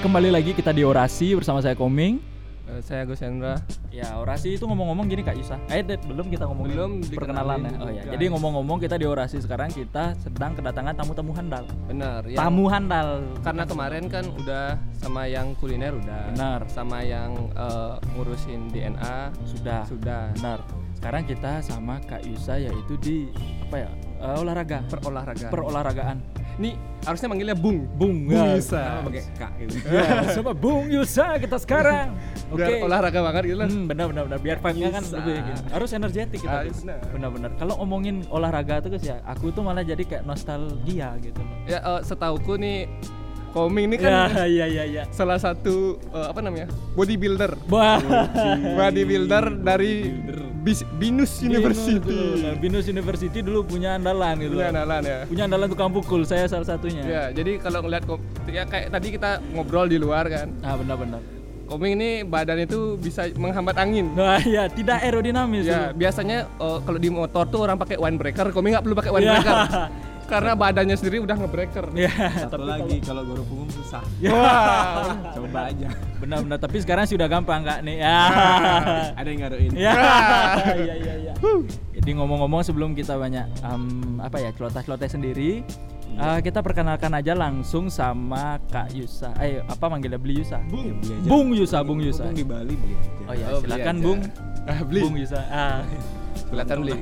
kembali lagi kita di Orasi bersama saya Koming. Saya Agus Hendra. Ya, Orasi itu ngomong-ngomong gini Kak Yusa. Belum kita ngomongin perkenalan ya. Oh ya. Jadi ngomong-ngomong kita di Orasi sekarang kita sedang kedatangan tamu-tamu handal. Benar. Tamu handal. Karena kemarin kan udah sama yang kuliner udah. Benar. Sama yang ngurusin DNA Sudah. Benar. Sekarang kita sama Kak Yusa yaitu di olahraga. Perolahragaan. Ini harusnya manggilnya Bung Yusa. pakai K gitu. Ya, sama Bung Yusa kita sekarang. Biar olahraga banget gitu lah. Benar. Biar vibe-nya kan lebih gitu. Harus energetik kita. Benar. Kalau ngomongin olahraga tuh guys ya, aku tuh malah jadi kayak nostalgia gitu loh. Ya, setauku nih Koming ini kan ya. salah satu bodybuilder. Bodybuilder dari Binus University. Binus University dulu punya andalan gitu. Punya andalan tukang pukul, saya salah satunya. Ya, jadi kalau ngeliat ya kayak tadi kita ngobrol di luar kan. Benar. Koming ini badan itu bisa menghambat angin. Nah, ya, tidak aerodinamis. Ya, biasanya kalau di motor tuh orang pakai windbreaker, Koming nggak perlu pakai windbreaker. Karena badannya sendiri udah ngebreaker. Ya, satu ltapi lagi kalau guru punggung susah. Wah, coba aja. Benar. Tapi sekarang sudah gampang Kak nih. Ya. Ada yang ngaruhin. Ya. Jadi ngomong-ngomong sebelum kita banyak celoteh-celoteh sendiri, kita perkenalkan aja langsung sama Kak Yusa. Manggilnya Beli Yusa? Bung Yusa. Bung di Bali beli aja. Oh ya, silakan Bung. Beli. Bung Yusa. Kelihatan Beli.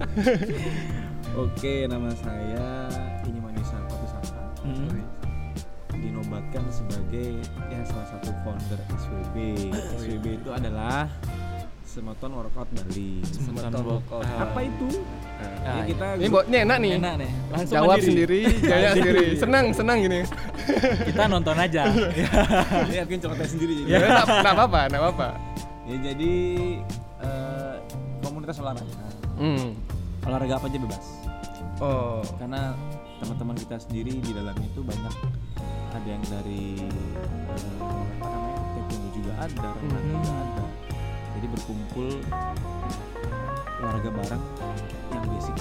Oke, nama saya Inimanisa Patusasa. Dinobatkan sebagai salah satu founder SWB. SWB itu adalah Semeton Workout Bali. Semeton Workout. Apa itu? Ini enak nih. Langsung jawab mandiri. sendiri. Senang gini. Kita nonton aja. Lihat kan celoteh sendiri jadi. Ya, enggak apa-apa. Ya jadi komunitas olahraga. Olahraga apa aja bebas. Oh, karena teman-teman kita sendiri di dalam itu banyak, ada yang dari taekwondo juga ada, renang juga ada. Jadi berkumpul olahraga bareng yang basic.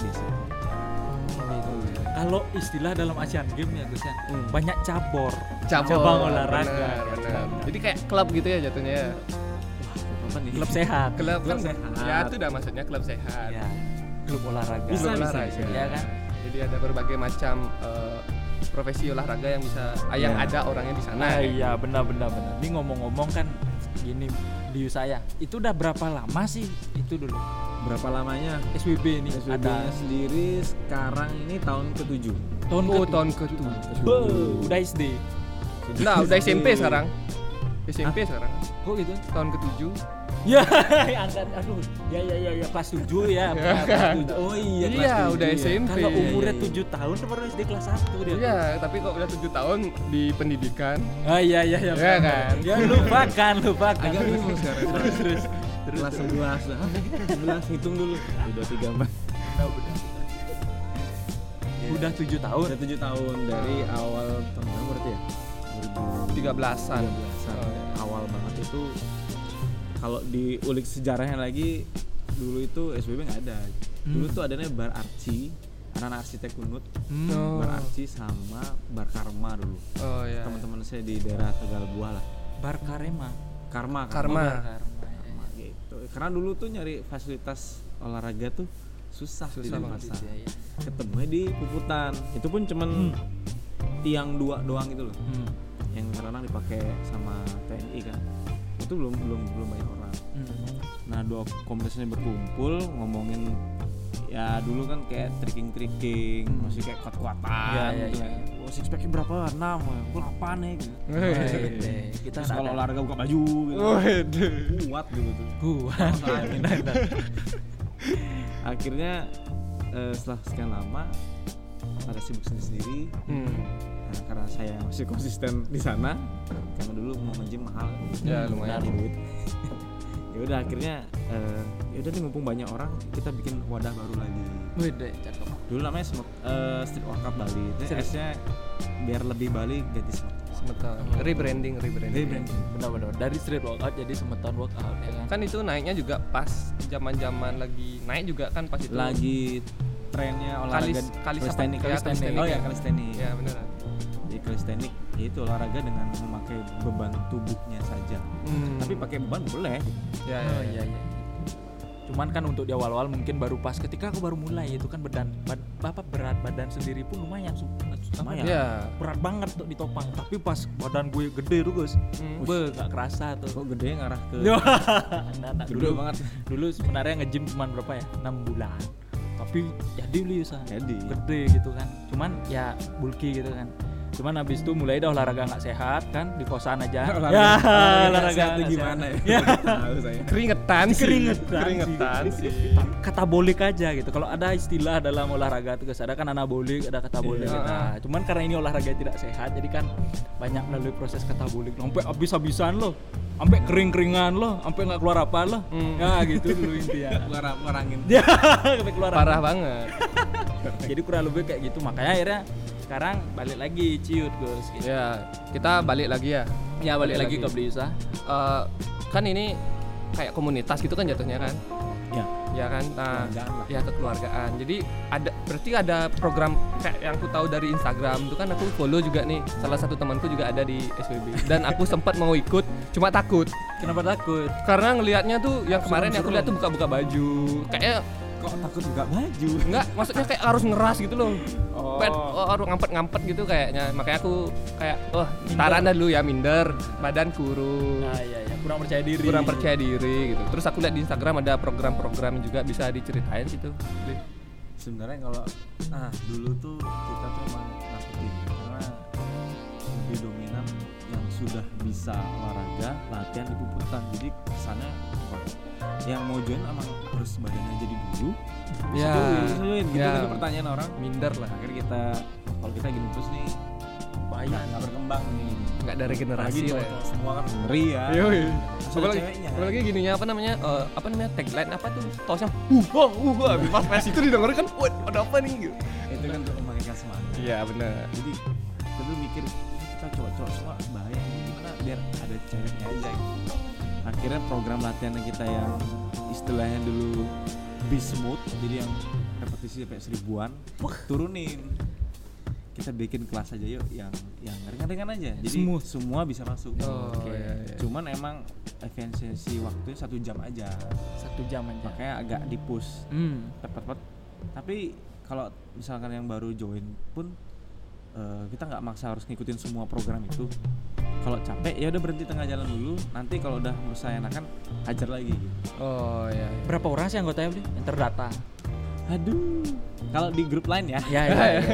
Kalau istilah dalam Asian Games ya Gus ya, banyak cabang olahraga. Benar. Jadi kayak klub gitu ya jatuhnya. Klub sehat. Klub sehat. Ya itu udah maksudnya klub sehat. Ya. Klub olahraga. Bisa. Ya kan? Jadi ada berbagai macam profesi olahraga yang bisa yang ada orangnya di sana. Iya, benar. Ini ngomong-ngomong kan gini di saya. Itu udah berapa lama sih itu dulu? Berapa lamanya? SWB ini ada sendiri sekarang ini tahun ke-7. Tahun ke-7. Udah SD. Nah, udah SMP sekarang. SMP sekarang. Kok gitu? Tahun ke-7. Ya, ya kelas 7 ya. Kelas 7. Oh iya, kelas 7. Udah SMP. Kalau umurnya 7 tahun baru SD kelas 1 dia. Iya, tapi kok udah 7 tahun di pendidikan. Iya. Ya kan. Ya lupakan. Agak bingung sekarang. Terus. Kelas 11 hitung dulu. Udah 3 Mbak. Udah 7 tahun. Udah 7 tahun dari awal tahun berarti ya? 13-an. Awal banget itu. Kalau diulik sejarahnya lagi, dulu itu SWB nggak ada. Dulu tuh adanya Bar Arci, anak-anak arsitek Unut, Bar Arci sama Bar Karma dulu. Oh iya. Teman-teman saya di daerah Tegal Buah lah. Bar Karma gitu. Karena dulu tuh nyari fasilitas olahraga tuh susah di pasar. Ketemunya di Puputan. Itu pun cuman tiang 2 doang gitu loh. Yang kadang dipakai sama TNI kan. Itu belum banyak orang. Nah, dua komunitasnya berkumpul ngomongin ya dulu kan kayak tricking masih kayak kuat-kuatan gitu. Oh, six pack berapa? 6, gue 8 nih gitu. Kita kalau olahraga buka baju gitu. Kuat dulu tuh. Akhirnya setelah sekian lama pada sibuk sendiri. Nah, karena saya masih konsisten di sana, karena dulu mau nge-gym mahal. Ya lumayan duit. Ya udah akhirnya ya udah nih mumpung banyak orang, kita bikin wadah baru lagi. Wih, cakep. Dulu namanya Street Workout Bali. Itu S-nya biar lebih Bali ganti Semeton. Rebranding. Benar. Dari Street Workout jadi Semeton Workout ya kan. Kan itu naiknya juga pas zaman-zaman lagi naik juga kan pas itu. Lagi trennya olahraga calisthenics. Oh ya, calisthenics. Ya benar. Jadi calisthenics, yaitu olahraga dengan memakai beban tubuhnya saja. Tapi pakai beban boleh. Ya. Iya. Cuman kan untuk di awal-awal mungkin baru pas ketika aku baru mulai itu kan berat badan sendiri pun lumayan Lumayan. Ya. berat banget tuh ditopang, tapi pas badan gue gede tuh Gus, gak kerasa tuh. Kok gede ngarah ke Nah, dulu banget. Dulu sebenarnya nge-gym cuman berapa ya? 6 bulan. Tapi jadi beli usaha. Jadi. Gede gitu kan. Cuman ya bulky gitu kan. Cuman habis itu mulai dah olahraga nggak sehat kan di kosan aja. Olahraga itu gimana ya? Tahu saya. Keringetan sih. Katabolik aja gitu. Kalau ada istilah dalam olahraga itu ada kan anabolik, ada katabolik. Nah, cuman karena ini olahraga tidak sehat, jadi kan banyak melalui proses katabolik. Sampai habis-habisan loh, sampai kering-keringan loh, sampai nggak keluar apa loh. Ya gitu dulu intinya. Keluar angin. Dia sampai keluar. Parah banget. Jadi kurang lebih kayak gitu. Makanya akhirnya sekarang balik lagi ciut Gus. Gitu. Ya, kita balik lagi ya. Ya balik lagi ke beli usaha. Kan ini kayak komunitas gitu kan jatuhnya kan. Ya. Ya kan, nah, Kekeluargaan lah. ya kekeluargaan. Jadi berarti ada program kayak yang aku tahu dari Instagram itu kan aku follow juga nih. Salah satu temanku juga ada di SWB dan aku sempat mau ikut, cuma takut Kenapa takut? karena ngelihatnya tuh yang kemarin aku lihat tuh buka-buka baju, kayak Kok takut buka baju? enggak, maksudnya kayak harus ngeras gitu loh. Oh. Harus ngampet-ngampet gitu kayaknya. Makanya aku kayak taran dah dulu ya, minder, badan kurus. Nah, iya, kurang percaya diri. Gitu. Terus aku lihat di Instagram ada program-program juga bisa diceritain gitu. Sebenarnya kalau dulu tuh kita tuh emang nakutin karena lebih dominan yang sudah bisa olahraga latihan di puputan. Jadi kesannya yang mau join emang harus badannya jadi dulu. Ya. Bisa join gitu Ya. kan pertanyaan orang. Minder lah. Akhirnya kita kalau kita gini terus nih Bahaya. nggak berkembang nih. Nggak ada regenerasi Apalagi lah. cowok-cowok semua kan ngeri ya. Yoi. Apalagi ceweknya. Apalagi gininya apa namanya tagline apa tuh tosnya pas itu didengerin kan ada apa nih gitu. Itu kan untuk membangkitkan semangat. Iya benar. Jadi kita tuh mikir kita cowok-cowok semua bahaya ini gimana biar ada ceweknya aja gitu. Akhirnya program latihan kita yang istilahnya dulu bismuth, jadi yang repetisi sampai 1000-an turunin. Kita bikin kelas aja yuk yang ringan-ringan aja. Jadi Smooth. semua bisa masuk. Iya. Cuman emang efisiensi waktunya 1 jam aja. 1 jam aja. Makanya agak di-push. Tepat-tepat. Tapi kalau misalkan yang baru join pun kita nggak maksa harus ngikutin semua program itu. Kalau capek ya udah berhenti tengah jalan dulu. Nanti kalau udah merasa enakan hajar lagi. Oh iya. Berapa orang sih anggotanya beli? Yang terdata? Aduh. Kalau di grup lain ya. Ya.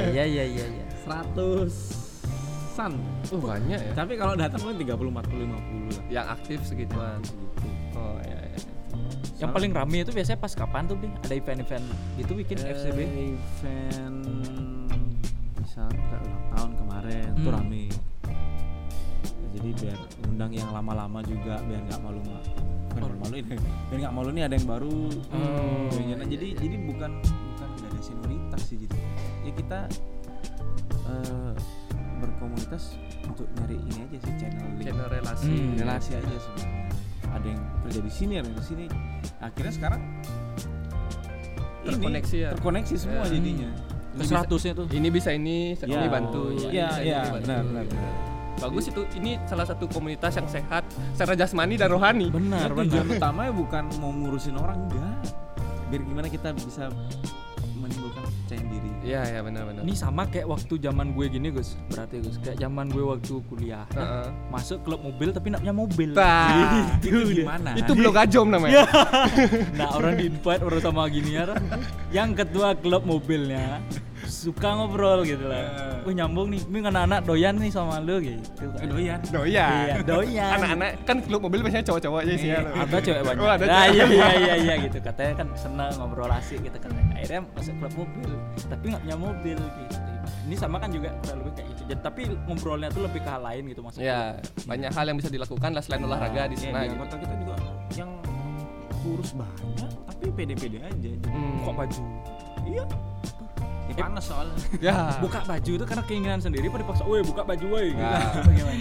100-an. Banyak ya. Tapi kalau datang mungkin 30, 40, 50 lah. Yang aktif segituan. Oh iya. Yang paling rame itu biasanya pas kapan tuh beli? Ada event-event gitu bikin FCB? Event misalnya kayak ulang tahun kemarin tuh rame. Jadi biar undang yang lama-lama juga biar nggak malu-maluin. Biar nggak malu nih ada yang baru. Jadi bukan nggak ada senioritas sih, jadi ya kita berkomunitas untuk nyari ini aja sih, Channel relasi. relasi aja sebenarnya. Ada yang kerja di sini, ada yang di sini. Akhirnya sekarang terkoneksi semua jadinya. Ke 100-nya tuh. Ini bisa ini, ini bantu. Iya, benar. Bagus itu. Ini salah satu komunitas yang sehat secara jasmani dan rohani. Benar. Tujuan utamanya bukan mau ngurusin orang, enggak. Biar gimana kita bisa menimbulkan percaya diri. Iya, benar. Ini sama kayak waktu zaman gue gini Gus. Berarti Gus, kayak zaman gue waktu kuliah. Masuk klub mobil tapi nak punya mobil. Itu gimana? Itu belum gajom namanya. Nah, orang di-invite orang sama gini ya. Yang ketua klub mobilnya suka ngobrol gitu lah. Nyambung nih, ini anak-anak doyan nih sama lu gitu. Doyan. Iya, doyan. Anak-anak kan klub mobil biasanya cowok-cowok aja sih. Ada cewek banyak. Oh, ada Nah, cewek. iya gitu. Katanya kan senang ngobrol asik gitu kan. Akhirnya masuk klub mobil, tapi nggak punya mobil gitu. Ini sama kan juga kurang lebih kayak gitu. Tapi ngobrolnya tuh lebih ke hal lain gitu maksudnya. Ya, banyak hal yang bisa dilakukan lah selain olahraga di sana. Di anggota kita juga yang kurus banyak, tapi pede-pede aja. Kok baju? Iya. panas soalnya. Ya. Buka baju itu karena keinginan sendiri apa dipaksa, "Woi, buka baju woi." Gitu. Nah. Bagaimana?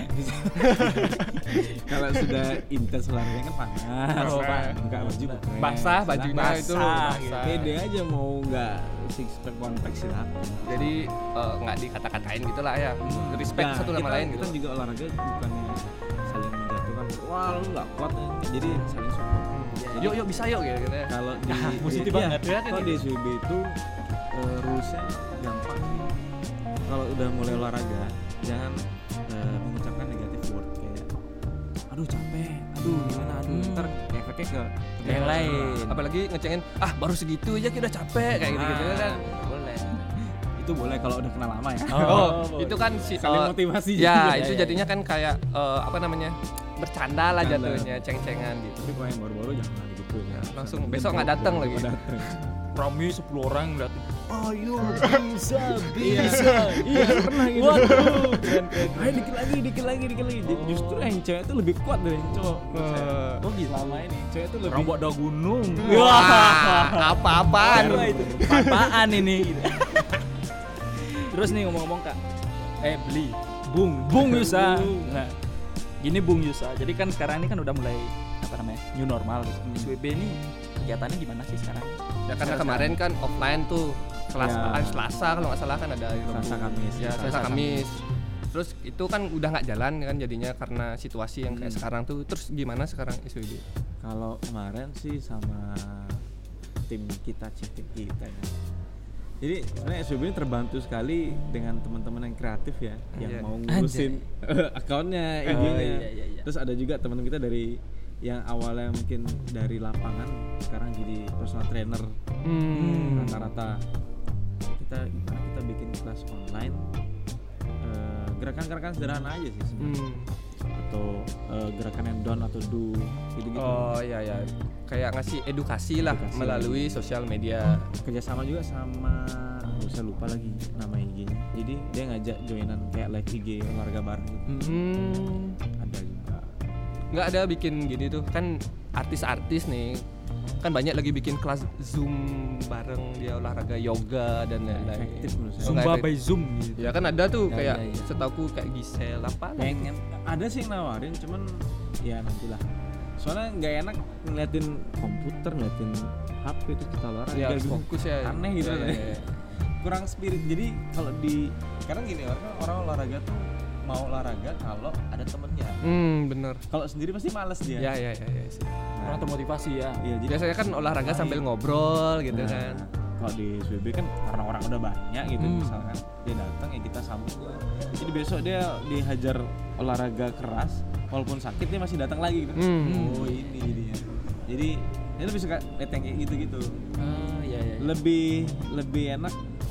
Kalau sudah intens olahraganya kan panas. Oh, buka baju keren. Basah bajunya Basah, itu gitu. Pede aja mau nggak six pack one pack silakan. Jadi nggak dikata-katain gitulah ya. Respect Nah, satu sama lain kita gitu. juga olahraga bukannya saling menjatuhkan. Wah lu nggak kuat ya. Jadi saling support. Yuk bisa yuk gitu ya. Kalau di Positif iya, banget ya, kalau di SWB itu rulesnya gampang sih. Kalau udah mulai olahraga jangan mengucapkan negatif word kayak aduh capek, aduh gimana, aduh ntar efeknya ke Yang lain. Apalagi ngecengin baru segitu aja kita udah capek kayak gitu-gitu kan. Boleh. itu boleh kalau udah kenal lama ya. Oh, itu kan Saling motivasi ya juga. itu Ya, jadinya kan kayak apa namanya, bercanda lah Bercanda. jatuhnya, ceng-cengan gitu. Tapi kalau yang baru-baru jangan gitu ya. Langsung besok nggak datang lagi. Rame 10 orang ngeliatin. Ayo bisa, Iya, bisa. iya pernah gitu. Waduh, keren. Ayo dikit lagi. Justru yang cewek itu lebih kuat dari yang cowok. Oh gitu. Selama ini cewek itu lebih Orang buat gunung. Wah, apa-apaan? Apa itu? Apaan ini? Terus nih ngomong-ngomong Kak. Beli. Bung Yusa. Nah, gini Bung Yusa. Jadi kan sekarang ini kan udah mulai apa namanya? New normal gitu. SWB ini kegiatannya gimana sih sekarang? Ya karena kemarin kan offline tuh Ya. Selasa kalau nggak salah kan ada Selasa, Kamis. Ya, Selasa Kamis. Terus itu kan udah nggak jalan kan jadinya karena situasi yang kayak sekarang tuh. Terus gimana sekarang SWB? Kalau kemarin sih sama tim kita, tim kita ya. Jadi sebenarnya SWB ini terbantu sekali dengan teman-teman yang kreatif ya, yang Anjay. mau ngurusin akunnya, IG-nya. iya. Terus ada juga teman-teman kita dari yang awalnya mungkin dari lapangan sekarang jadi personal trainer. Rata-rata kita bikin kelas online, gerakan-gerakan sederhana aja sih sebenarnya. Atau gerakan yang down atau do gitu-gitu. Oh iya, kayak ngasih edukasi lah Edukasi. melalui sosial media. Kerjasama juga sama saya lupa lagi nama IG-nya. Jadi dia ngajak joinan kayak live IG olahraga bareng gitu. Ada juga. Nggak ada bikin gini tuh kan, artis-artis nih kan banyak lagi bikin kelas Zoom bareng dia olahraga yoga dan lain-lain. Efektif menurut saya. Oh, nggak Zumba efektif. by Zoom gitu. Ya kan ada tuh Ya, kayak ya. setauku kayak Gisel apa lah. Pengen ada sih yang nawarin, cuman ya nantilah. Soalnya nggak enak ngeliatin komputer, ngeliatin HP itu kita olahraga Ya, gitu. fokus ya. Aneh gitu. Ya. Kurang spirit. Jadi kalau sekarang gini orang olahraga tuh mau olahraga kalau ada temennya. Bener. Kalau sendiri pasti males dia. Ya sih. Nah, Orang termotivasi ya. iya, jadi Biasanya kan olahraga sambil ngobrol gitu Nah, kan. kalau di SWB kan karena orang udah banyak gitu, Hmm. misalkan dia datang ya kita sambut. Jadi besok dia dihajar olahraga keras, walaupun sakit dia masih datang lagi gitu. Oh ini jadinya. Jadi itu bisa lihat yang kayak gitu-gitu. Iya. Lebih enak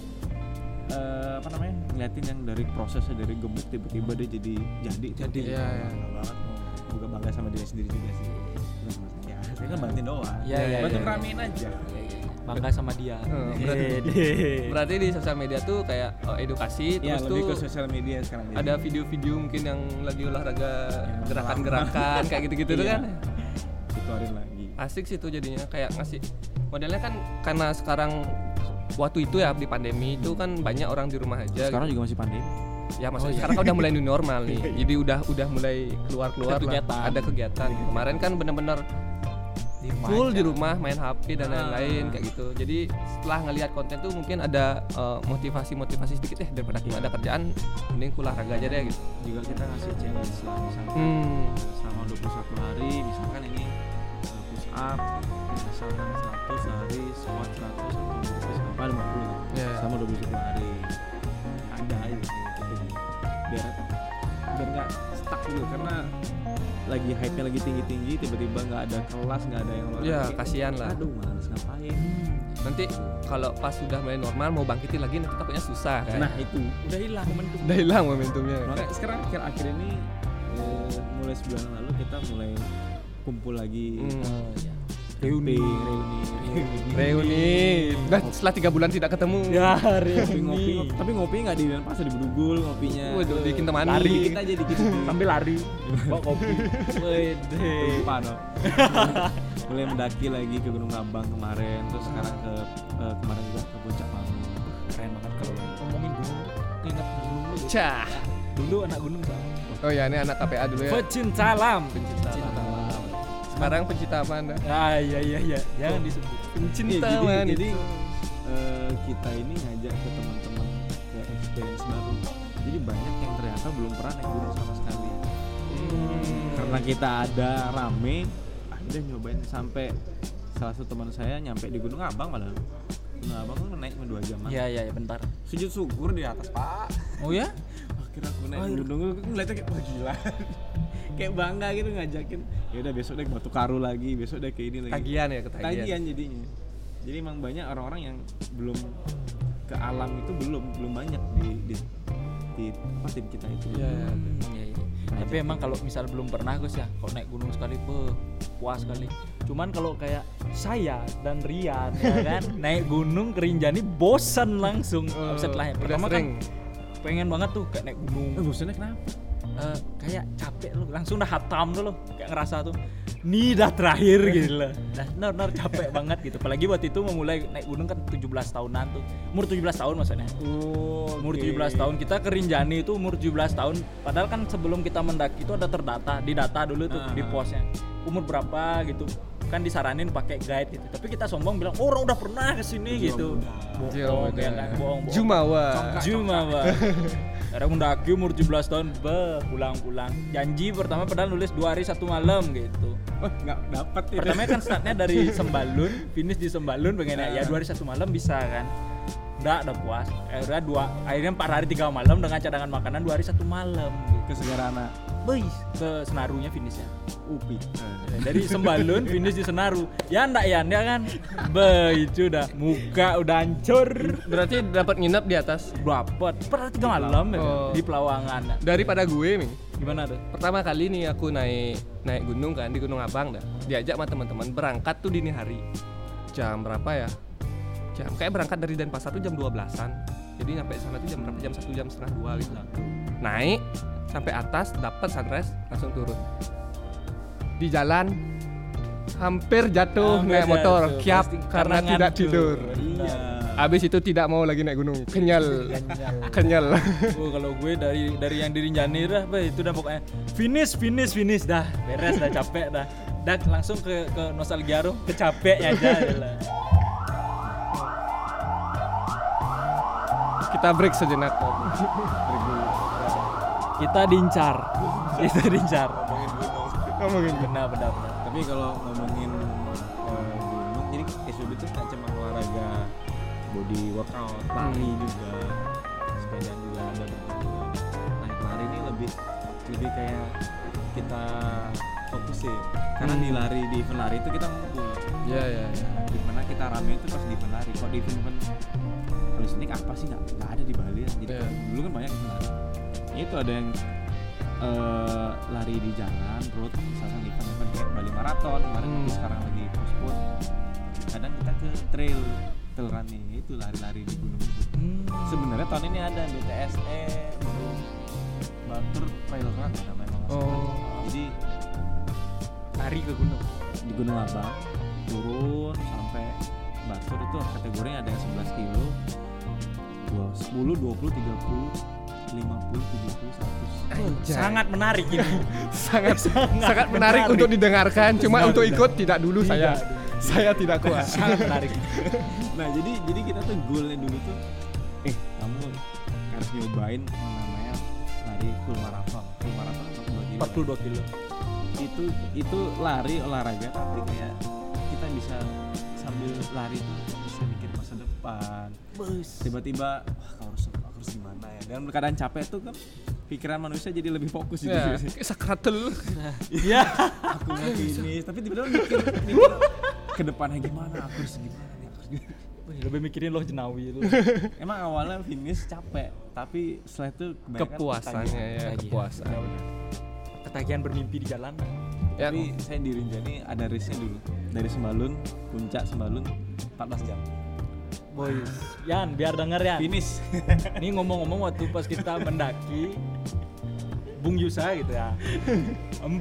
apa namanya, ngeliatin yang dari prosesnya, dari gemuk tiba-tiba dia jadi Iya. bangga banget, juga bangga sama diri sendiri juga sih. Bukan sama saya, saya kan bantuin doang. Iya, Bantu iya. ramein aja. Bangga sama dia. Berarti di sosial media tuh kayak edukasi, Ya, terus lebih tuh ke sosial media sekarang. ada video-video mungkin yang lagi olahraga, gerakan-gerakan kayak gitu-gitu tuh Iya. kan. Dikeluarin lagi. Asik sih tuh jadinya, kayak ngasih modelnya kan karena sekarang waktu itu ya di pandemi itu kan banyak orang di rumah aja. Sekarang juga masih pandemi. Ya maksudnya sekarang kan udah mulai new normal nih. Jadi udah mulai keluar-keluar Ada lah. kegiatan. Ada kegiatan. Kemarin kan bener-bener full di rumah main HP dan lain-lain kayak gitu. Jadi setelah ngelihat konten tuh mungkin ada motivasi sedikit daripada kita ada kerjaan, mending olahraga aja deh gitu. Juga kita ngasih challenge lah, misalkan selama 21 hari misalkan ini push up misalkan 100 hari, squat 100 atau apa 50 Ya. selama 21 hari. Ada aja gitu. Biar nggak stuck dulu, karena lagi hype-nya lagi tinggi-tinggi, tiba-tiba nggak ada kelas, nggak ada yang olahraga. Ya kasihan lah. Aduh, males ngapain. Nanti kalau pas sudah mulai normal mau bangkitin lagi nanti takutnya susah kan. Nah, itu. Udah hilang momentum. Udah hilang momentumnya. Makanya sekarang akhir-akhir ini mulai sebulan lalu kita mulai kumpul lagi, Reuni. Reuni. Nah, setelah 3 bulan tidak ketemu. Ya, ngopi, tapi ngopi nggak di pas di Bedugul ngopinya. Waduh, di Kintamani. Lari dikit aja dikit. Sambil lari. Bawa kopi. Wede. Lupa dong. Mulai mendaki lagi ke Gunung Ngabang kemarin, terus sekarang ke kemarin juga ke Puncak Mangu. keren banget kalau ngomongin gunung. Ingat gunung lu. Cah. Dulu anak gunung sama. Oh ya, ini anak KPA dulu ya. Pecinta alam. Pencinta alam. Sekarang pencinta apa Anda? Ah iya. Jangan disebut. Pencinta Jadi wanita. kita ini ngajak ke teman-teman ke experience baru. Jadi banyak yang ternyata belum pernah naik gunung sama sekali. Karena kita ada rame, udah nyobain sampai salah satu teman saya nyampe di Gunung Abang malah. Gunung Abang kan naik 2 jam. Iya, bentar. Sujud syukur di atas, Pak. Oh ya? Akhirnya aku naik gunung, aku ngeliatnya kayak wah gila. Kayak bangga gitu ngajakin. Ya udah besok deh Batu Karu lagi, besok deh kayak ini lagi. Tagihan ya, ketagihan. Tagihan jadinya. Jadi emang banyak orang-orang yang belum ke alam itu belum banyak di apa tim kita itu. Iya. Iya. Tapi emang kalau misal belum pernah Gus ya, kalau naik gunung sekali puas sekali. Cuman kalau kayak saya dan Rian ya kan naik gunung ke Rinjani bosan langsung setelahnya. Pertama kan pengen banget tuh kayak naik gunung. Bosannya kenapa? Kayak capek loh, langsung dah hatam tuh loh, kayak ngerasa tuh nih dah terakhir gitu loh. Nah, capek banget gitu. Apalagi waktu itu memulai naik gunung kan 17 tahunan tuh. Umur 17 tahun maksudnya. Umur 17 tahun kita ke Rinjani itu umur 17 tahun. Padahal kan sebelum kita mendaki itu ada didata dulu tuh di posnya. Umur berapa gitu. Kan disaranin pakai guide gitu. Tapi kita sombong bilang, "Oh, orang udah pernah ke sini gitu." Bohong ya kan, bohong. Jumawa. Kadang mendaki umur 17 tahun, pulang-pulang. Janji pertama padahal nulis 2 hari 1 malam gitu. Wah, enggak dapat itu. Pertama kan startnya dari Sembalun, finish di Sembalun pengen ya 2 hari 1 malam bisa kan. Udah puas. Akhirnya 4 hari 3 malam dengan cadangan makanan 2 hari 1 malam gitu. Ke Segarana. Ke Senarunya finishnya. UPI. Dari Sembalun finish di Senaru. Ya ndak ya kan. Itu udah muka udah hancur. Berarti dapat nginep di atas. Dapat per 3 malam ya, di Pelawangan. Daripada gue, Ming. Gimana tuh? Pertama kali nih aku naik gunung kan di Gunung Abang dah. Diajak sama teman-teman berangkat tuh dini hari. Jam berapa ya? Kayak berangkat dari Denpasar tuh jam 12-an. Jadi nyampe sana tuh jam berapa? Jam 1, jam setengah 2 gitu. Naik sampai atas dapat sunrise langsung turun. Di jalan hampir jatuh naik motor kiap karena tidak tidur. Iya. Abis itu tidak mau lagi naik gunung, kenyal. Kalau gue dari yang di Rinjani dah, itu udah pokoknya finish dah, beres dah capek dah. Dah langsung ke nostalgia roh, kecapeknya aja lah. Kita break sejenak. Kita diincar. Ngomongin benar. Tapi kalau ngomongin gunung, jadi SUB itu nggak cuma olahraga body workout, lari juga, sepedaan juga ada bermain. Naik lari ini lebih kayak kita fokusin. Karena di event lari itu kita ngumpul. Iya. Dimana kita rame itu pas di event lari. Kalau di event holistik apa sih nggak ada di Bali ya. Jadi dulu kan banyak event lari. Itu ada yang lari di jalan, road, misalnya event kayak Bali Marathon kemarin, sekarang lagi postpone. Kadang kita ke trail running, itu lari-lari di gunung itu. Sebenarnya tahun ini ada BTSE Batur Trail Run namanya. Jadi lari ke gunung di Gunung Abang, turun sampai Batur itu kategorinya ada yang 11 kilo, 10, 20, 30, 50, 70, 100. Sangat menarik ini. sangat menarik untuk didengarkan. Cuma untuk ikut tidak dulu saya tidak kuat. Sangat menarik. Nah jadi kita tuh goalnya dulu tuh, kamu harus nyobain namanya lari full marathon 42 kilo. Itu lari olahraga tapi kayak kita bisa sambil lari tuh bisa mikir masa depan. Tiba-tiba harus gimana ya, dan keadaan capek tuh kan pikiran manusia jadi lebih fokus gitu. Sakratul. Iya. Aku mau finish tapi tiba-tiba mikir ke depannya gimana, aku harus gimana nih, lebih mikirin loh jenawi itu. Emang awalnya finish capek tapi setelah itu kepuasannya kepuasan. Ketagihan bermimpi di jalan. Tapi saya di Rinjani ada race-nya dulu dari Sembalun, puncak Sembalun 14 jam. Boys, Yan, biar denger ya. Finish. Ini ngomong-ngomong waktu pas kita mendaki Bung Yusa gitu ya.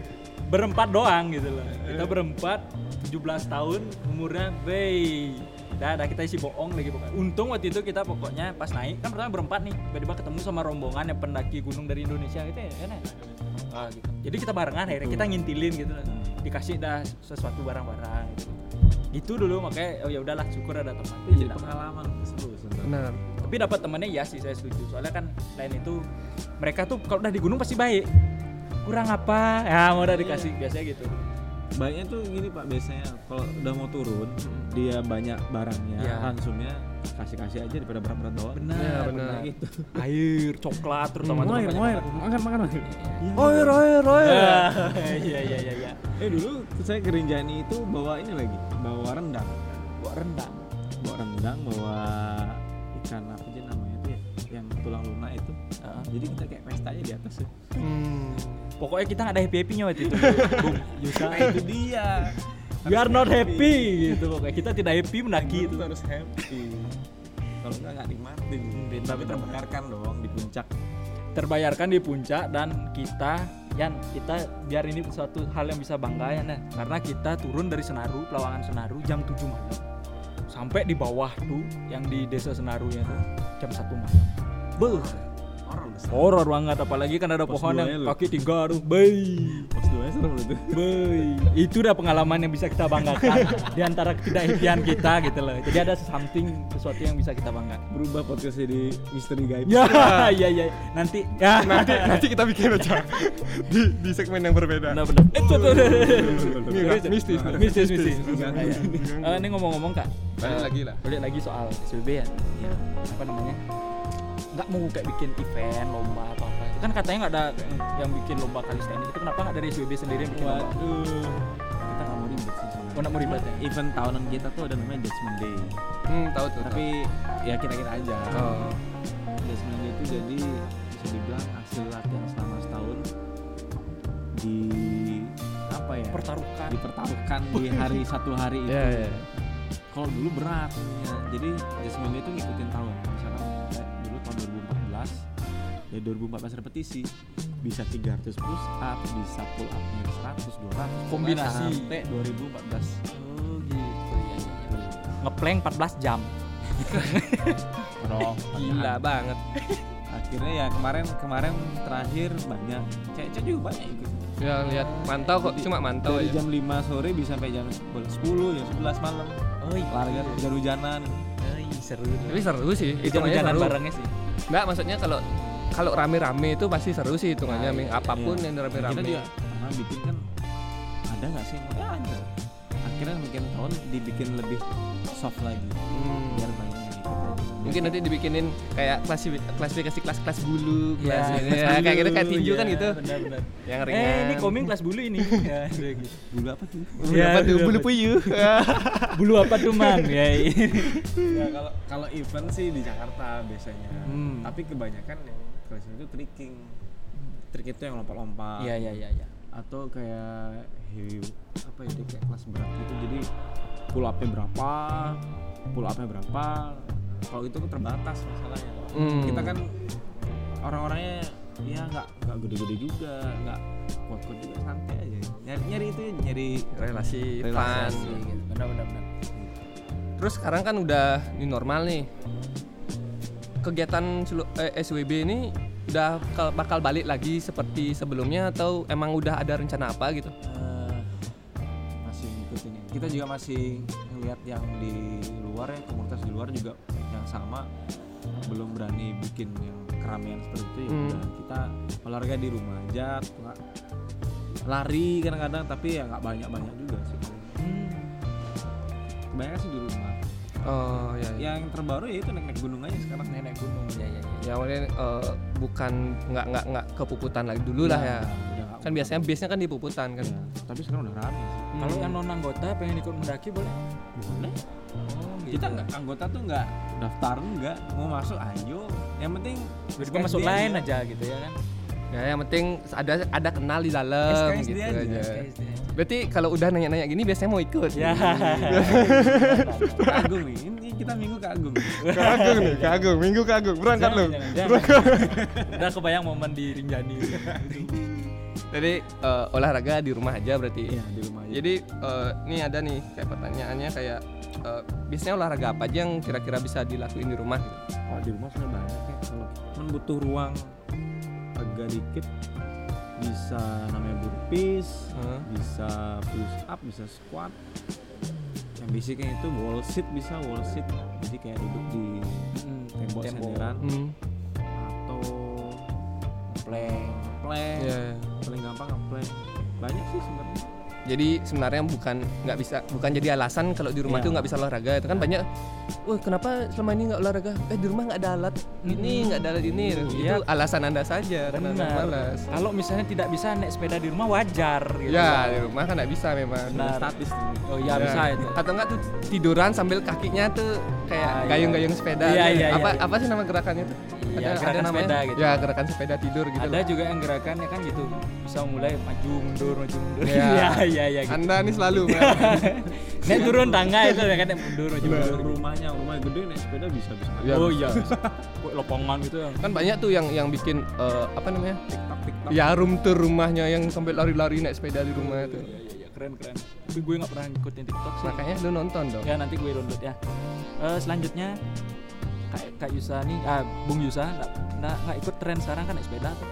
Berempat doang gitu loh. Kita berempat 17 tahun umurnya, Dah kita isi bohong lagi pokoknya. Untung waktu itu kita pokoknya pas naik kan pertama berempat nih, tiba-tiba ketemu sama rombongan yang pendaki gunung dari Indonesia gitu ya kan ya. Gitu. Jadi kita barengan akhirnya kita ngintilin gitu. Dikasih dah sesuatu barang-barang gitu. Gitu dulu makanya ya udahlah syukur ada teman. Jadi pengalaman seru sebenarnya. Benar. Tapi dapat temannya ya sih saya setuju. Soalnya kan lain itu mereka tuh kalau udah di gunung pasti baik. Kurang apa? Ya mau udah dikasih biasanya gitu. Baiknya tuh gini Pak, biasanya kalau udah mau turun dia banyak barangnya, Ya. langsungnya kasih aja daripada berat-berat bawa. Ya, benar. Gitu. Air, coklat terutama tuh banyak banget. makan. Oir. Iya. Dulu saya ke Rinjani itu bawa ini lagi, bawa rendang. Buat rendang. Bawa ikan apa aja namanya tuh ya, yang tulang lunak itu. Jadi kita kayak pesta aja di atas ya. Pokoknya kita nggak ada happy-nya waktu itu. Bung Yusa. Nah, itu dia. We are not happy gitu pokoknya. Kita tidak happy mendaki itu. Harus happy. Kalau nggak nikmatin. Tapi terbayarkan dong di puncak. Terbayarkan di puncak dan kita biar ini suatu hal yang bisa bangga ya nah. Karena kita turun dari Senaru, Pelawangan Senaru jam 7 malam. Sampai di bawah tuh yang di desa Senarunya tuh jam 1 malam. Horor banget, apalagi kan ada Pos pohon duanya yang lu. kaki 3 tuh. Bay. Pos 2 serem itu. Itu udah pengalaman yang bisa kita banggakan di antara ketidakhappyan kita gitu loh. Jadi ada sesuatu yang bisa kita banggakan. Berubah podcast jadi misteri gaib. Ya, iya. Nanti Nanti kita bikin aja di segmen yang berbeda. benar-benar. Mistis. Ini ngomong-ngomong Kak. Balik lagi lah. Soal SBB ya. Apa namanya? Nggak mau kayak bikin event, lomba apa-apa. Itu kan katanya nggak ada yang bikin lomba kalistenik. Itu kenapa nggak dari SBB sendiri yang bikin lomba? Kita nggak mau ribet sih sebenarnya. Nggak mau ribet ya? Event tahunan kita tuh ada namanya Judgment Day. Tahu tuh. Tapi ya kita aja. Oh. Judgment Day itu jadi bisa dibilang hasil latihan selama setahun di apa ya? Dipertaruhkan di hari satu hari itu. Iya. Kalau dulu berat ya. Jadi Judgment Day itu ngikutin tahun. Misalkan kayak dulu tahun 2014 ya 2014 repetisi bisa 300 push up, bisa pull up-nya 100, 200 Kombinasi. sampai 2014. Oh gitu ya. Ngeplank 14 jam. Bro, Gila banget. akhirnya ya kemarin terakhir banyak cewek juga banyak ikut Ya lihat mantau kok, cuma mantau dari aja. jam 5 sore bisa sampai jam 10 jam 11 malam olahraga kejar-hujanan. Seru. Tapi seru sih, Itu hitungannya jalan seru. barengnya sih. Enggak, maksudnya kalau rame-rame itu pasti seru sih hitungannya, Nah, Ming. iya. Apapun Iya. yang Kita rame-rame. juga pernah bikin kan ada nggak sih? Ya ada. Akhirnya mungkin tahun dibikin lebih soft lagi biar banyak yang ikut aja. Mungkin nanti dibikinin kayak klasifikasi kelas-kelas bulu, Ya, kelas ini ya, kayak gitu kayak tinju kan gitu. Benar-benar. Yang ringan. Ini koming kelas bulu ini. Ya, udah gitu. Bulu apa tuh? Bulu Ya, apa tuh? bulu Bulu apa? puyuh. Bulu apa tuh, Mang? Ya. Ya kalau event sih di Jakarta biasanya. Tapi kebanyakan yang kelas itu tricking. Trik itu yang lompat-lompat. Iya. Atau kayak apa ya, dia kayak kelas berat gitu. Jadi pull up-nya berapa, kalau itu kan terbatas masalahnya. Kita kan orang-orangnya ya nggak gede-gede juga, nggak kuat-kuat juga, santai aja. Nyari Relasi fun. Relasi. Gitu. Benar. Terus sekarang kan udah new normal nih. Kegiatan SWB ini udah bakal balik lagi seperti sebelumnya atau emang udah ada rencana apa gitu? Masih ngikutin. Kita juga masih ngeliat yang di luar ya, komunitas di luar juga yang sama, belum berani bikin yang keramaian seperti itu. Ya udah, kita olahraga di rumah aja, lari kadang-kadang, tapi ya nggak banyak juga sih. Kebanyakan sih di rumah. Oh ya. Yang terbaru ya itu naik gunung aja sekarang. Naik gunung. Ya. Ya mungkin bukan nggak ke Puputan lagi dulu lah ya. Udah nggak Kan biasanya base-nya kan di Puputan kan. ya, tapi sekarang udah rame sih. Kalau yang non anggota pengen ikut mendaki boleh? Boleh. Oh, gitu. Kita nggak, anggota tuh nggak daftar, nggak mau masuk ayo. Yang penting Tiba-tiba masuk SKSD lain aja gitu ya kan. Ya yang penting ada kenal di dalam SKSD gitu aja. aja. Berarti kalau udah nanya-nanya gini biasanya mau ikut. Ya. Ke Agung nih, ini kita minggu ke Agung. Ke Agung, minggu ke Agung. Berangkat lu. Jangan. Udah kebayang momen di Rinjani. Jadi olahraga di rumah aja berarti. Iya, di rumah aja. Jadi ini ada nih kayak pertanyaannya kayak biasanya olahraga apa aja yang kira-kira bisa dilakuin di rumah gitu? Kalau di rumah sebenarnya banyak ya. Kalau cuman butuh ruang agak dikit, bisa namanya burpees, bisa push up, bisa squat. Yang basicnya itu wall sit, bisa wall sit. Jadi kayak duduk di tembok senderan atau plank. Iya. Paling gampang plank. Banyak sih sebenarnya. Jadi sebenarnya bukan jadi alasan kalau di rumah Iya. tuh nggak bisa olahraga. Itu kan banyak, wah kenapa selama ini nggak olahraga? Di rumah nggak ada alat ini, nggak ada alat ini. Iya. Itu alasan Anda saja karena Benar. malas. Kalau misalnya tidak bisa naik sepeda di rumah wajar gitu. Ya di rumah kan nggak bisa memang. Benar. Statis. Oh iya bisa itu. Atau enggak tuh tiduran sambil kakinya tuh kayak Ah, iya. gayung-gayung sepeda. Iya, iya, apa iya. apa sih nama gerakannya tuh? Iya, gerakan namanya? sepeda gitu. Ya gerakan sepeda tidur gitu. Ada juga yang gerakannya kan gitu. Bisa mulai maju mundur. Ya. Iya gitu. Anda nih selalu Naik turun tangga itu ya kan naik mundur maju mundur. Rumah gede naik sepeda bisa. Ya, Oh iya. Kok lopongan gitu ya. kan banyak tuh yang bikin apa namanya? TikTok. Ya room tour rumahnya yang sampai lari-lari naik sepeda di rumah itu. Iya keren. Tapi gue nggak pernah ngikutin TikTok sih. Makanya lu nonton dong. Ya nanti gue download ya. Selanjutnya Kak Yusa nih, Bung Yusa nggak ikut tren sekarang kan naik sepeda tuh.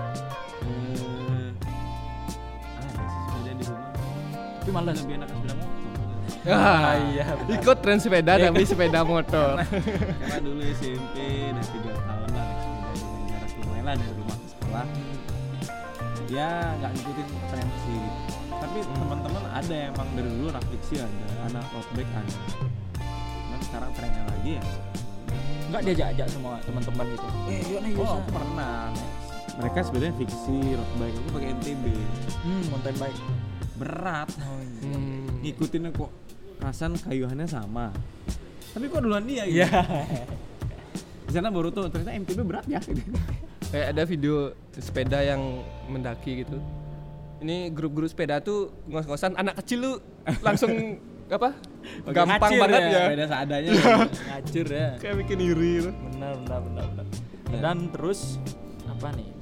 Ada sih sepeda di rumah. Tapi malas. Lebih enak sepeda motor. Iya. Ikut tren sepeda tapi sepeda motor. Karena dulu SMP dan 3 tahun lah naik sepeda dengan jarak lumayan lah dari rumah ke sekolah. Ya nggak ngikutin tren sih. Tapi teman-teman ada yang emang dari dulu rakit sih ada, anak road bike ada. Cuman sekarang trennya lagi ya. Nggak diajak-ajak semua teman-teman gitu. Yuk naik Oh, Yusa. aku pernah. Mereka sebenarnya fiksi road bike, aku pakai MTB. Mountain bike. Berat. Hmm. Ngikutin kok perasaan kayuhannya sama. Tapi kok duluan dia gitu. Iya. Di sana baru tuh ternyata MTB berat ya. Kayak ada video sepeda yang mendaki gitu. Ini grup-grup sepeda tuh ngos-ngosan anak kecil lu langsung apa? Gampang ngacir banget ya. ya. Sepeda seadanya. Ngacur ya. Kayak bikin iri gitu. Benar. Ya. Dan terus apa nih?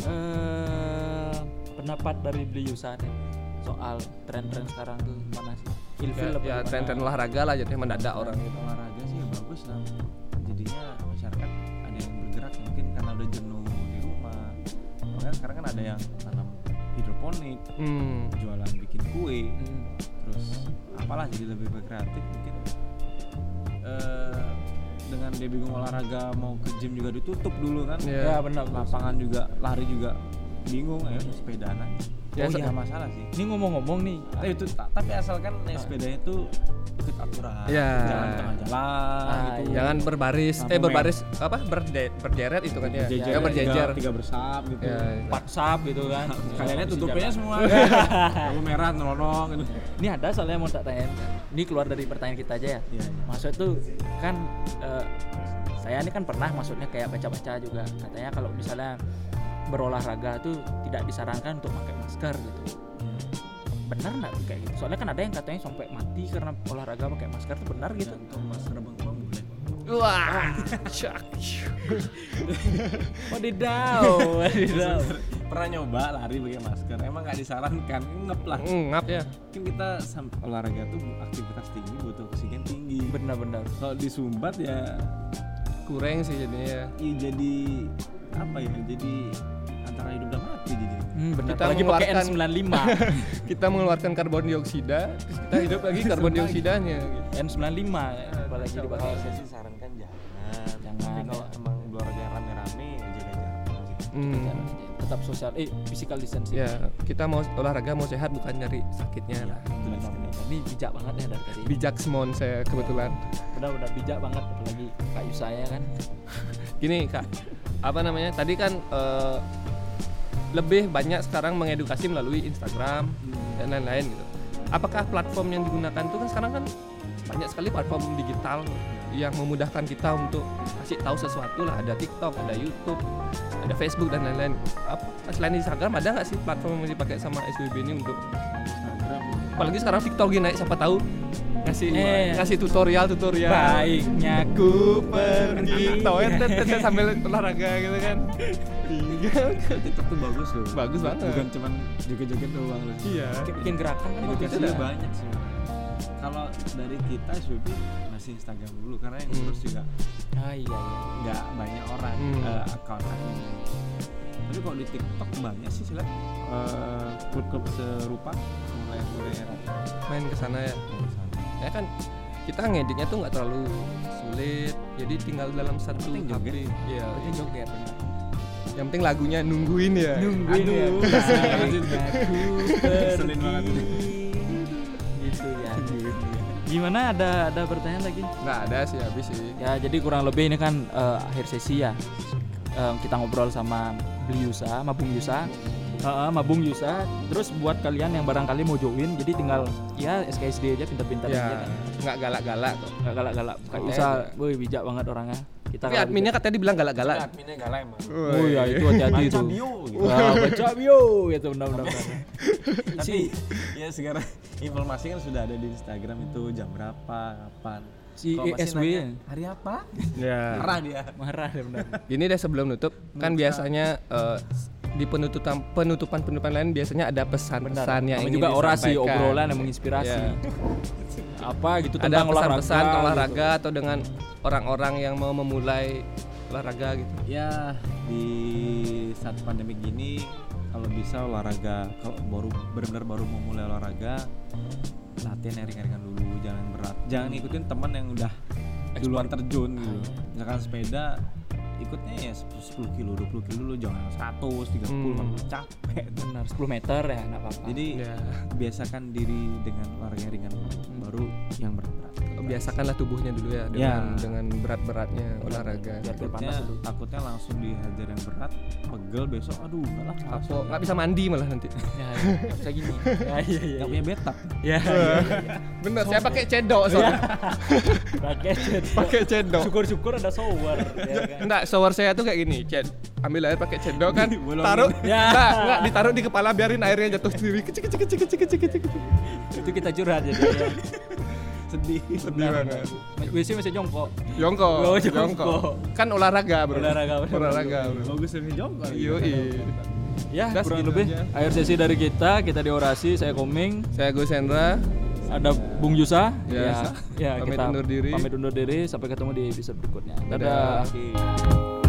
Pendapat dari Bli Yusa nih soal tren-tren sekarang tuh gimana sih? Ilfil apa Ya gimana? tren-tren olahraga lah jadinya mendadak orang gitu. Olahraga sih ya bagus lah. Jadinya masyarakat ada yang bergerak mungkin karena udah jenuh di rumah. Makanya sekarang kan ada yang tanam hidroponik, jualan bikin kue, terus apalah jadi lebih berkreatif mungkin. Dengan dia bingung olahraga mau ke gym juga ditutup dulu kan. Iya. Ya benar. Lapangan juga lari juga bingung, ayo sepedaan aja. Ya, Oh iya masalah sih. Ini ngomong-ngomong nih, Itu tapi asalkan naik sepedanya itu ikut aturan. Ya. Jangan di tengah jalan gitu. iya. Jangan berbaris, Lampu berbaris apa? Berjeret itu kan ya. Berjejer, Ya berjejer. tiga bersap gitu. Ya. WhatsApp gitu kan. Kaliannya Bisa tutupnya jalan. semua. Lampu merah nolong gitu. Ini ada soalnya mau tak tanya. Ini keluar dari pertanyaan kita aja ya. Iya. Maksud tuh kan saya ini kan pernah maksudnya kayak baca-baca juga katanya kalau misalnya berolahraga tuh tidak disarankan untuk pakai masker gitu. Benar nggak tuh kayak gitu? Soalnya kan ada yang katanya sampai mati karena olahraga pakai masker tuh benar gitu. Untuk masker bengkong boleh. Wah. Wadidaw. Pernah nyoba lari pakai masker. Emang nggak disarankan, ngep lah. Ngap ya. Mungkin kita olahraga tuh aktivitas tinggi butuh oksigen tinggi. Benar-benar. Kalau disumbat ya Kurang sih jadinya. ya jadi apa ya? Jadi antara hidup dan mati jadi. Benar. Kita Apalagi pakai mengeluarkan- N95. Kita mengeluarkan karbon dioksida, terus kita hidup lagi karbon dioksidanya gitu. N95 apalagi Kalau dipakai. saya sih sarankan jangan. Jangan, Tapi kalau ya. emang olahraga rame-rame ya jaga jarak. Tetap sosial physical distancing. Ya, kita mau olahraga mau sehat bukan nyari sakitnya lah. Benar-benar. Ini bijak banget ya dari tadi. Bijak semon saya kebetulan. Benar-benar bijak banget apalagi Kak Yusaya kan. Gini Kak, apa namanya? Tadi kan lebih banyak sekarang mengedukasi melalui Instagram dan lain-lain gitu. Apakah platform yang digunakan itu kan sekarang kan banyak sekali platform digital yang memudahkan kita untuk kasih tahu sesuatu lah. Ada TikTok, ada YouTube, ada Facebook dan lain-lain. Selain Instagram ada nggak sih platform yang dipakai sama SWB ini untuk Instagram. apalagi sekarang TikTok lagi naik, siapa tahu ngasih tutorial. Baiknya ku pergi. Toet sambil olahraga gitu kan. TikTok tuh bagus loh. Bagus banget. Bukan cuman joget-joget doang loh. Iya. Bikin gerakan kan bagus. Edukasinya banyak sih. Kalau dari kita Shopee masih Instagram dulu karena yang terus juga Iya. nggak banyak orang account adminnya. Tapi kalau di TikTok banyak sih lihat klub-klub serupa mulai Main ke sana ya. Ya kan kita ngeditnya tuh nggak terlalu sulit. Jadi tinggal dalam satu Penting joget. HP. Iya. Penting joget. Yang penting lagunya nungguin ya. Aduh. Selin banget. Gitu ya. Gimana, ada pertanyaan lagi? Nggak ada sih, habis sih. Ya jadi kurang lebih ini kan akhir sesi ya. Kita ngobrol sama Mabung Yusa. Terus buat kalian yang barangkali mau join, jadi tinggal ya SKSD aja, pintar-pintar Ya, aja kan. nggak galak-galak kok. Nggak galak-galak. Kak Yusa, woi bijak banget orangnya. Kita Tapi adminnya katanya dibilang galak-galak. Adminnya galak emang. Oh ya itu hati-hati itu. Baca bio gitu. Wah, baca bio gitu benar-benar. Tapi ya sekarang informasi kan sudah ada di Instagram itu jam berapa, kapan. Si Kalau masih ESW nanya, hari apa? Ya. Marah dia. marah ya benar. Ini deh sebelum nutup kan biasanya di penutupan lain biasanya ada pesan-pesan yang Namanya ingin juga orasi, disampaikan. obrolan yang menginspirasi. Ya. Apa gitu Ada tentang pesan-pesan olahraga, olahraga atau dengan orang-orang yang mau memulai olahraga gitu. Ya di saat pandemi gini kalau bisa olahraga, kalau benar-benar baru mau mulai olahraga, latihan yang ringan-ringan dulu, jangan berat. Jangan ngikutin teman yang udah duluan terjun gitu. Misalkan sepeda ikutnya ya 10 kilo, 20 kilo dulu, jangan 100, 30, capek. Benar 10 meter ya enggak apa-apa. Jadi biasakan diri dengan olahraga yang ringan baru yang berat-berat. Biasakanlah tubuhnya dulu ya dengan berat-beratnya olahraga. Biar Takutnya, panas dulu. takutnya langsung dihajar yang berat, pegel besok, aduh enggak lah. Apa nggak bisa mandi malah nanti. Ya, nggak bisa gini. Ya, iya. Enggak punya bathtub. Ya. Bener, saya pakai cendok soalnya. Pakai cendok. Syukur-syukur ada shower. Ya kan? Enggak, shower saya tuh kayak gini, ambil air pakai cendok kan, Bolongin. taruh, Ya. enggak ditaruh di kepala, biarin airnya jatuh sendiri, kecik. Itu kita curhat jadi. Ya. Sedih. Sedih banget. WC masih jongkok. Jongkok. Kan olahraga bro. Olahraga bro. Bagus lebih jongkok. Yoi. Ya, Udah, kurang segitu lebih aja. akhir sesi dari kita di orasi. Saya Koming, Saya Gus Hendra. ada Bung Yusa. Ya, Ya, pamit kita undur diri. pamit undur diri. Sampai ketemu di episode berikutnya. Dadah. Dadah.